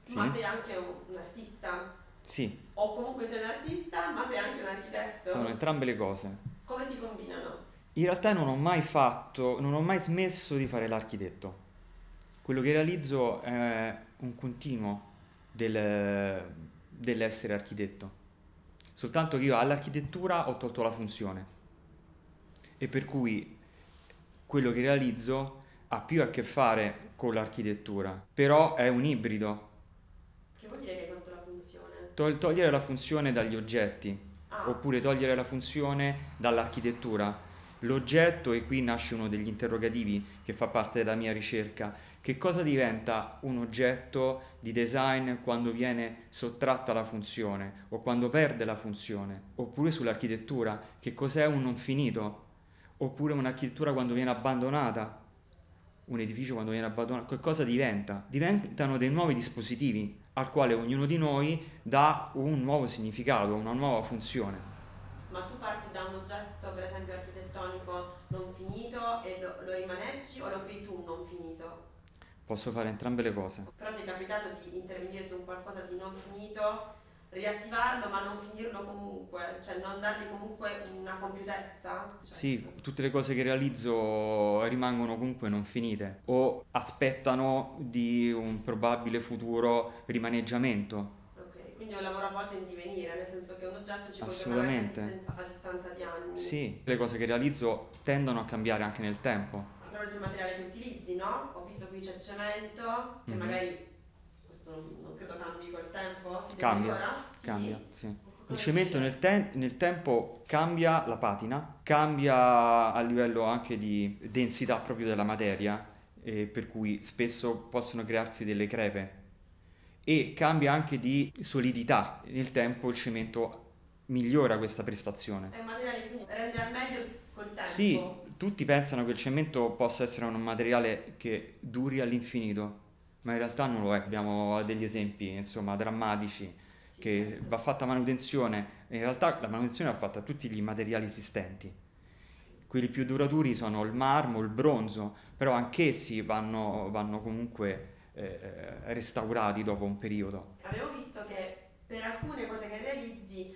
Ma Sì, sei anche un artista? sì, O comunque sei un artista, ma sei anche un sono architetto? entrambe le cose. Come si combinano? In realtà non ho mai smesso di fare l'architetto. Quello che realizzo è un continuo dell'essere architetto. Soltanto che io all'architettura ho tolto la funzione e per cui quello che realizzo ha più a che fare con l'architettura, però è un ibrido. Che vuol dire che hai tolto la funzione? Togliere la funzione dagli oggetti, Ah, oppure togliere la funzione dall'architettura. L'oggetto, e qui nasce uno degli interrogativi che fa parte della mia ricerca, che cosa diventa un oggetto di design quando viene sottratta la funzione o quando perde la funzione? Oppure sull'architettura, che cos'è un non finito? Oppure un'architettura quando viene abbandonata? Un edificio quando viene abbandonato, che cosa diventa? Diventano dei nuovi dispositivi al quale ognuno di noi dà un nuovo significato, una nuova funzione. ma tu parti da un oggetto, per esempio architettonico, non finito e lo rimaneggi o lo crei tu un non finito? Posso fare entrambe le cose. Però ti è capitato di intervenire su un qualcosa di non finito, riattivarlo ma non finirlo comunque, cioè non dargli comunque una compiutezza? Cioè, Sì, tutte le cose che realizzo rimangono comunque non finite o aspettano di un probabile futuro rimaneggiamento. ok, quindi è un lavoro a volte in divenire, nel senso che un oggetto ci puoi tornare anche Assolutamente. a distanza di anni, Sì, le cose che realizzo tendono a cambiare anche nel tempo. attraverso il materiale che utilizzi, no? Ho visto qui c'è cemento, che Mhm. magari, questo non credo cambi col tempo, si vede Cambia, ancora? cambia, Sì? sì. Il Cosa cemento dice? nel tempo cambia la patina, cambia a livello anche di densità proprio della materia, per cui spesso possono crearsi delle crepe e cambia anche di solidità. Nel tempo il cemento migliora questa prestazione. È un materiale che quindi rende al meglio col Sì, tempo. tutti pensano che il cemento possa essere un materiale che duri all'infinito, ma in realtà non lo è. Abbiamo degli esempi, insomma, drammatici, Sì, che certo. va fatta manutenzione, e in realtà la manutenzione va fatta a tutti gli materiali esistenti. Quelli più duraturi sono il marmo, il bronzo, però anch'essi vanno comunque restaurati dopo un periodo. Abbiamo visto che per alcune cose che realizzi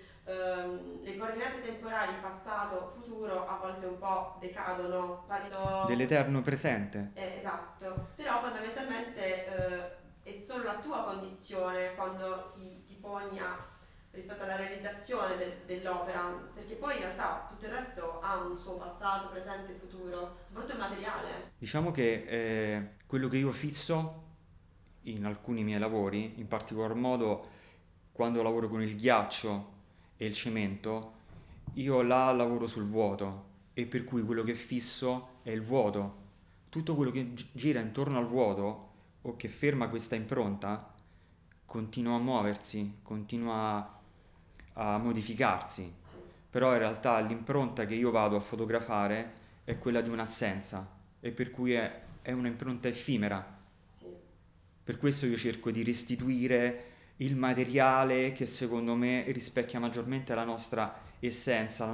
le coordinate temporali passato, futuro a volte un po' decadono. Parlo, Dell'eterno presente. esatto, però fondamentalmente è solo la tua condizione quando ti poni rispetto alla realizzazione dell'opera, perché poi in realtà tutto il resto ha un suo passato, presente e futuro, soprattutto il materiale. Diciamo che quello che io fisso in alcuni miei lavori, in particolar modo quando lavoro con il ghiaccio e il cemento, io là lavoro sul vuoto e per cui quello che fisso è il vuoto. Tutto quello che gira intorno al vuoto o che ferma questa impronta continua a muoversi, continua a modificarsi, Sì, però in realtà l'impronta che io vado a fotografare è quella di un'assenza e per cui è un'impronta effimera. sì. Per questo io cerco di restituire il materiale che secondo me rispecchia maggiormente la nostra essenza,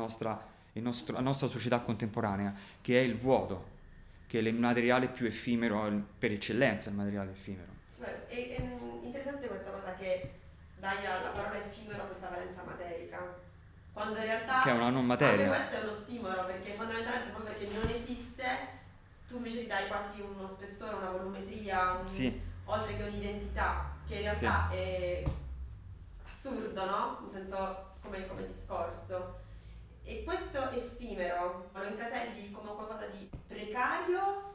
la nostra società contemporanea, che è il vuoto, che è il materiale più effimero per eccellenza, il materiale effimero, È interessante questa cosa che dai alla parola effimero questa valenza materica, quando in che è una realtà non anche materia. questo è uno stimolo, perché fondamentalmente proprio perché non esiste, tu invece gli dai quasi uno spessore, una volumetria, Sì, oltre che un'identità, che in sì. realtà è assurdo, no? Nel senso come discorso. E questo effimero lo incaselli come qualcosa di precario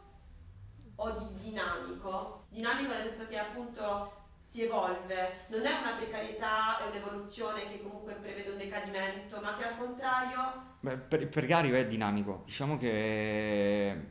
o di dinamico? Dinamico nel senso che appunto si evolve, non è una precarietà, è un'evoluzione che comunque prevede un decadimento, ma che al contrario, Beh, il precario è dinamico, diciamo che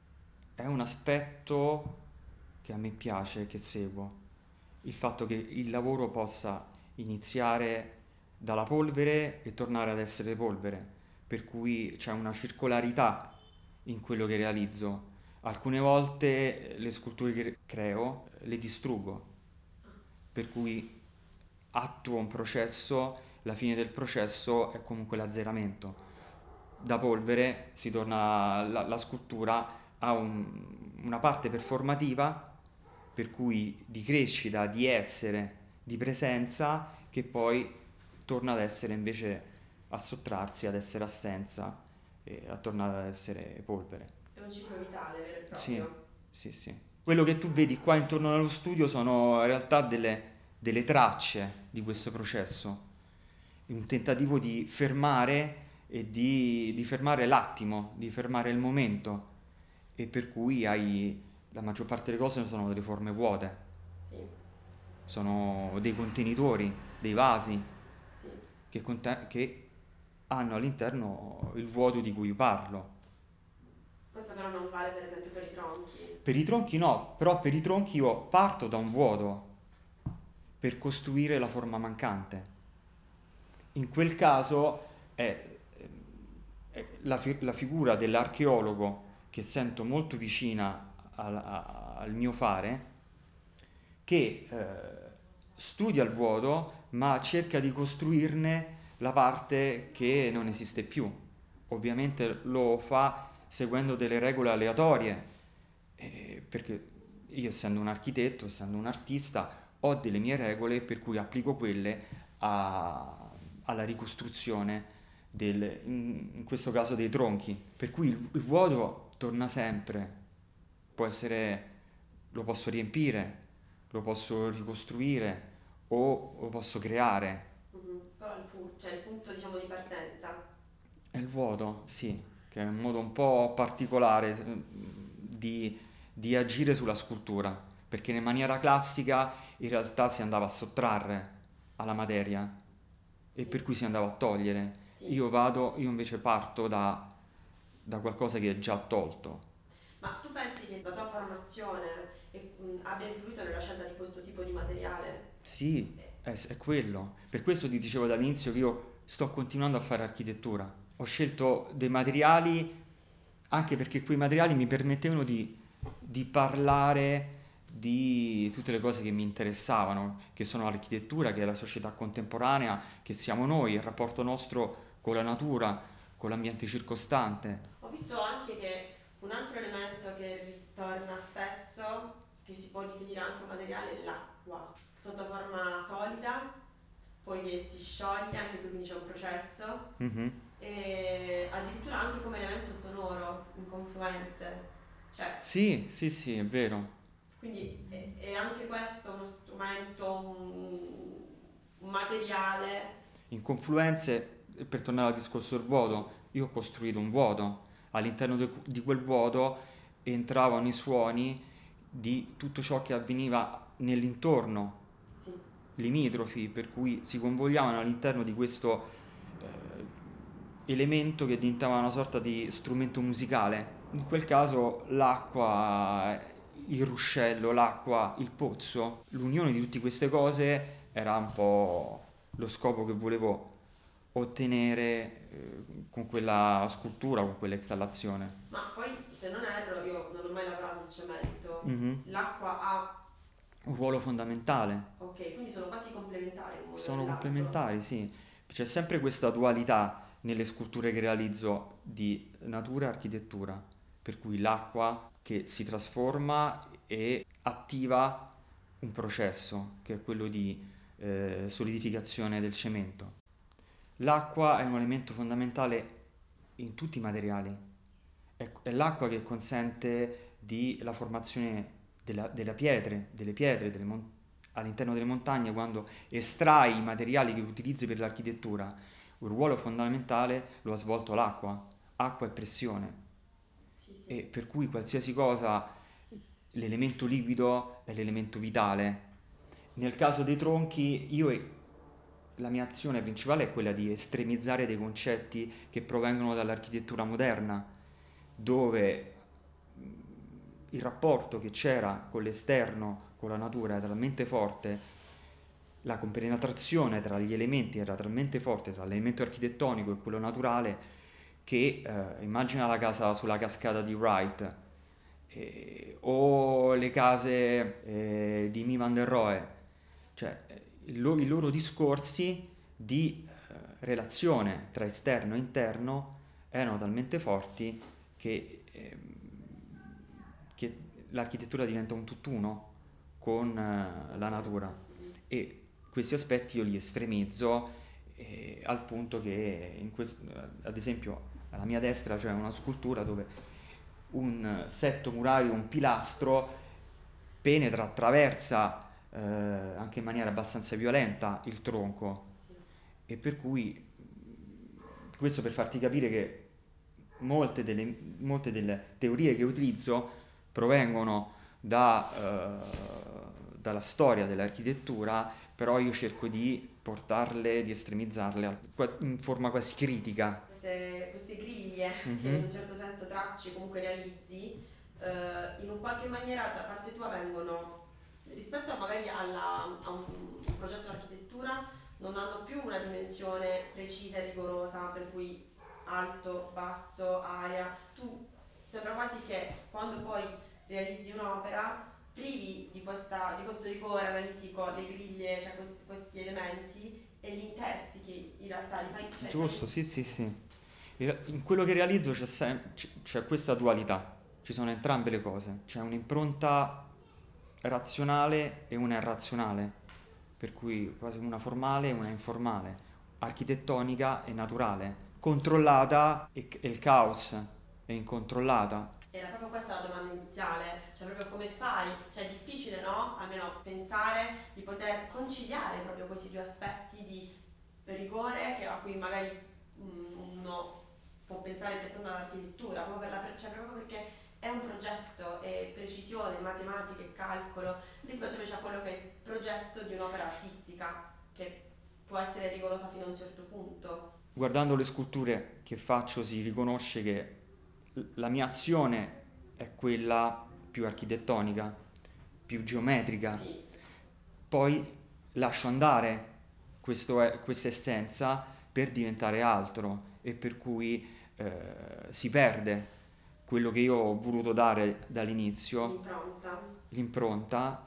è un aspetto che a me piace, che seguo. Il fatto che il lavoro possa iniziare dalla polvere e tornare ad essere polvere, per cui c'è una circolarità in quello che realizzo. Alcune volte le sculture che creo le distruggo, per cui attuo un processo, la fine del processo è comunque l'azzeramento. Da polvere si torna, la scultura ha una parte performativa per cui di crescita, di essere, di presenza, che poi torna ad essere invece a sottrarsi, ad essere assenza e a tornare ad essere polvere. È un ciclo vitale vero e Sì, proprio. sì, sì. Quello che tu vedi qua intorno allo studio sono in realtà delle tracce di questo processo, un tentativo di fermare e di fermare l'attimo, di fermare il momento, e per cui hai la maggior parte delle cose sono delle forme vuote, Sì, sono dei contenitori, dei vasi sì. che hanno all'interno il vuoto di cui parlo. Questo però non vale per esempio per i tronchi. Per i tronchi no, però per i tronchi io parto da un vuoto per costruire la forma mancante. In quel caso è la figura dell'archeologo che sento molto vicina al mio fare, che studia il vuoto ma cerca di costruirne la parte che non esiste più. Ovviamente lo fa seguendo delle regole aleatorie, perché io essendo un architetto, essendo un artista, ho delle mie regole per cui applico quelle alla ricostruzione in questo caso dei tronchi. Per cui il vuoto torna sempre, può essere, lo posso riempire, lo posso ricostruire o lo posso creare. Mhm. Però cioè il punto diciamo di partenza. È il vuoto, sì, che è un modo un po' particolare di agire sulla scultura, perché in maniera classica in realtà si andava a sottrarre alla materia e Sì, per cui si andava a togliere. sì. Io invece parto da qualcosa che è già tolto. Ma tu pensi che la tua formazione abbia influito nella scelta di questo tipo di materiale? Sì, è quello. Per questo ti dicevo dall'inizio che io sto continuando a fare architettura. Ho scelto dei materiali anche perché quei materiali mi permettevano di parlare di tutte le cose che mi interessavano, che sono l'architettura, che è la società contemporanea, che siamo noi, il rapporto nostro con la natura, con l'ambiente circostante. Ho visto anche che un altro elemento che ritorna spesso, che si può definire anche un materiale, è l'acqua, sotto forma solida, poi che si scioglie, anche qui quindi c'è un processo, Mhm. e addirittura anche come elemento sonoro, in confluenze. Cioè, Sì, sì, sì, è vero. quindi è anche questo uno strumento, un materiale. In confluenze, per tornare al discorso del Sì, vuoto, io ho costruito un vuoto. All'interno di quel vuoto entravano i suoni di tutto ciò che avveniva nell'intorno, sì, limitrofi, per cui si convogliavano all'interno di questo elemento che diventava una sorta di strumento musicale. In quel caso l'acqua, il ruscello, l'acqua, il pozzo, l'unione di tutte queste cose era un po' lo scopo che volevo ottenere con quella scultura, con quella installazione. ma poi se non erro, io non ho mai lavorato in cemento, Mhm. l'acqua ha. Un ruolo fondamentale. Ok, quindi sono quasi complementari un modo Sono dell'altro. complementari, sì. C'è sempre questa dualità nelle sculture che realizzo di natura e architettura, per cui l'acqua che si trasforma e attiva un processo, che è quello di solidificazione del cemento. L'acqua è un elemento fondamentale in tutti i materiali. È l'acqua che consente la formazione delle pietre all'interno delle montagne, quando estrai i materiali che utilizzi per l'architettura. Un ruolo fondamentale lo ha svolto l'acqua, acqua e pressione, Sì, e sì. per cui qualsiasi cosa, l'elemento liquido è l'elemento vitale. Nel caso dei tronchi, la mia azione principale è quella di estremizzare dei concetti che provengono dall'architettura moderna, dove il rapporto che c'era con l'esterno, con la natura, era talmente forte, la compenetrazione tra gli elementi era talmente forte tra l'elemento architettonico e quello naturale, che immagina la casa sulla cascata di Wright, o le case di Mies van der Rohe, cioè i loro discorsi di relazione tra esterno e interno erano talmente forti che l'architettura diventa un tutt'uno, con la natura, e questi aspetti io li estremizzo al punto che ad esempio alla mia destra c'è una scultura dove un setto murario, un pilastro penetra, attraversa anche in maniera abbastanza violenta il tronco, Sì. e per cui questo per farti capire che molte delle teorie che utilizzo provengono dalla storia dell'architettura, però io cerco di portarle, di estremizzarle in forma quasi critica. Queste griglie che in Mhm. un certo senso tracci, comunque realizzi, in un qualche maniera da parte tua vengono, rispetto a magari a un progetto di architettura, non hanno più una dimensione precisa e rigorosa, per cui alto, basso, area. Tu sembra quasi che quando poi realizzi un'opera, privi di questo rigore analitico, le griglie, cioè questi elementi, e li interstichi in realtà, li fai, cioè Giusto, fai. sì, sì, sì. In quello che realizzo c'è questa dualità, ci sono entrambe le cose, c'è un'impronta razionale e una irrazionale, per cui quasi una formale e una informale, architettonica e naturale, controllata e il caos è incontrollata. Era proprio questa la domanda iniziale, cioè proprio come fai, cioè è difficile, no? Almeno pensare di poter conciliare proprio questi due aspetti di rigore a cui magari uno può pensare pensando all'architettura, proprio, cioè proprio perché è un progetto, è precisione, matematica e calcolo, rispetto invece a quello che è il progetto di un'opera artistica, che può essere rigorosa fino a un certo punto. Guardando le sculture che faccio si riconosce che la mia azione è quella più architettonica, più geometrica. Sì, Poi lascio andare questa essenza per diventare altro, e per cui si perde quello che io ho voluto dare dall'inizio, l'impronta. l'impronta,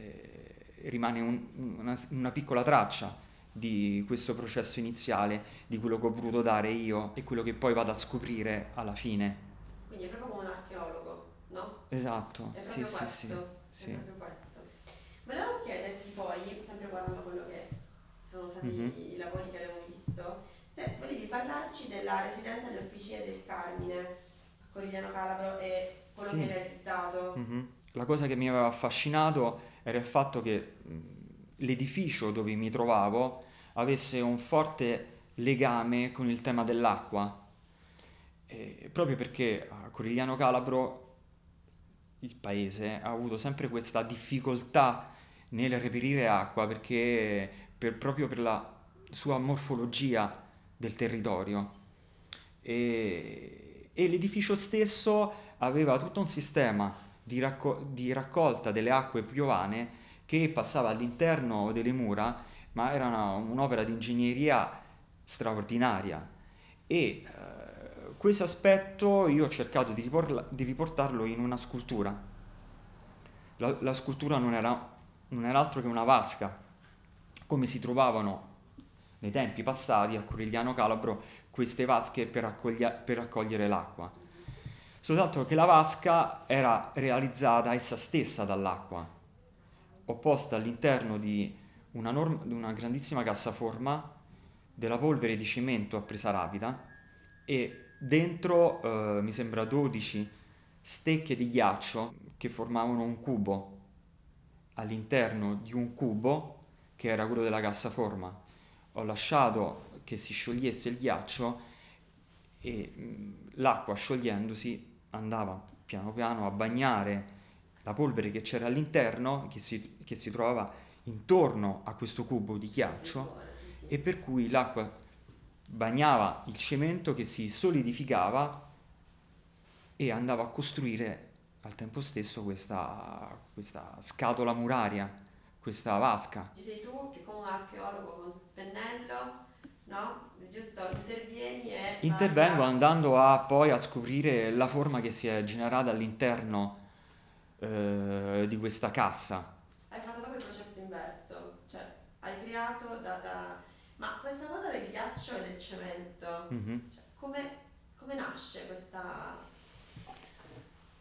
rimane una piccola traccia di questo processo iniziale, di quello che ho voluto dare io e quello che poi vado a scoprire alla fine. Quindi è proprio come un archeologo, no? Esatto, È sì, proprio sì, sì, questo, è sì. proprio questo. Volevo chiederti poi, sempre guardando quello che sono stati Mhm. i lavori che abbiamo visto, se volevi parlarci della residenza delle Officine del Carmine a Corigliano Calabro e quello che hai Sì. realizzato. Mhm. La cosa che mi aveva affascinato era il fatto che l'edificio dove mi trovavo avesse un forte legame con il tema dell'acqua. Proprio perché a Corigliano Calabro il paese ha avuto sempre questa difficoltà nel reperire acqua, perché proprio per la sua morfologia del territorio, e l'edificio stesso aveva tutto un sistema di raccolta delle acque piovane che passava all'interno delle mura, ma era un'opera di ingegneria straordinaria. E questo aspetto io ho cercato di riportarlo in una scultura. La scultura non era altro che una vasca, come si trovavano nei tempi passati a Corigliano Calabro queste vasche per raccogliere l'acqua. Soltanto che la vasca era realizzata essa stessa dall'acqua, ho posto all'interno di una grandissima cassaforma della polvere di cemento a presa rapida, e dentro mi sembra 12 stecche di ghiaccio che formavano un cubo all'interno di un cubo che era quello della cassaforma. Ho lasciato che si sciogliesse il ghiaccio, e l'acqua sciogliendosi andava piano piano a bagnare la polvere che c'era all'interno, che si trovava intorno a questo cubo di ghiaccio, Contenitore, sì, sì. e per cui l'acqua bagnava il cemento che si solidificava e andava a costruire al tempo stesso questa scatola muraria, questa vasca. Ci sei tu che come un archeologo con il pennello, no? Giusto, intervieni e vai Intervengo a. andando poi a scoprire la forma che si è generata all'interno di questa cassa. Hai fatto proprio il processo inverso, cioè hai creato Ma questa cosa del ghiaccio e del cemento, Mhm. cioè, come nasce questa.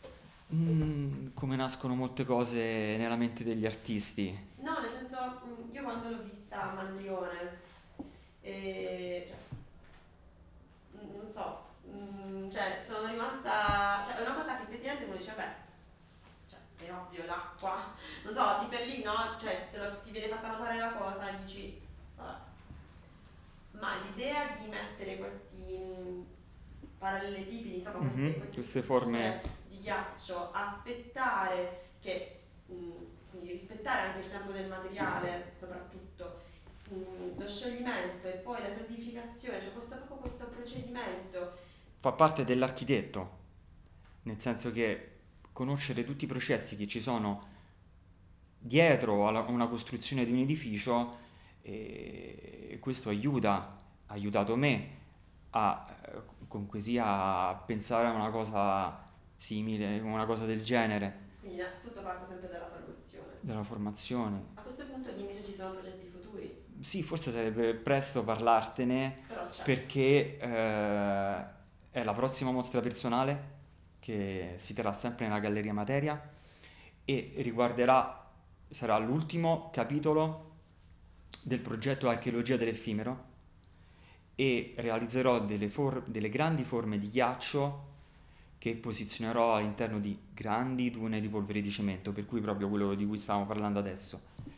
Come nascono molte cose nella mente degli artisti. No, nel senso, io quando l'ho vista a Mandrione, cioè, non so, cioè, sono rimasta, cioè, è una cosa che effettivamente uno dice, beh, cioè, è ovvio, l'acqua, non so, di per lì, no? Cioè, ti viene fatta notare la cosa e dici, vabbè. Ma l'idea di mettere questi parallelepipedi, insomma, queste Queste strutture forme. di ghiaccio, aspettare che, quindi rispettare anche il tempo del materiale, soprattutto, lo scioglimento e poi la solidificazione, cioè proprio questo procedimento. Fa parte dell'architetto, nel senso che conoscere tutti i processi che ci sono dietro a una costruzione di un edificio, e questo ha aiutato me comunque sia a pensare a una cosa simile, una cosa del genere, Quindi tutto parte sempre dalla formazione. della formazione. A questo punto dimmi se ci sono progetti futuri, Sì, forse sarebbe presto parlartene però c'è. perché è la prossima mostra personale che si terrà sempre nella Galleria Materia e sarà l'ultimo capitolo del progetto Archeologia dell'effimero e realizzerò delle grandi forme di ghiaccio che posizionerò all'interno di grandi dune di polvere di cemento, per cui proprio quello di cui stavamo parlando adesso.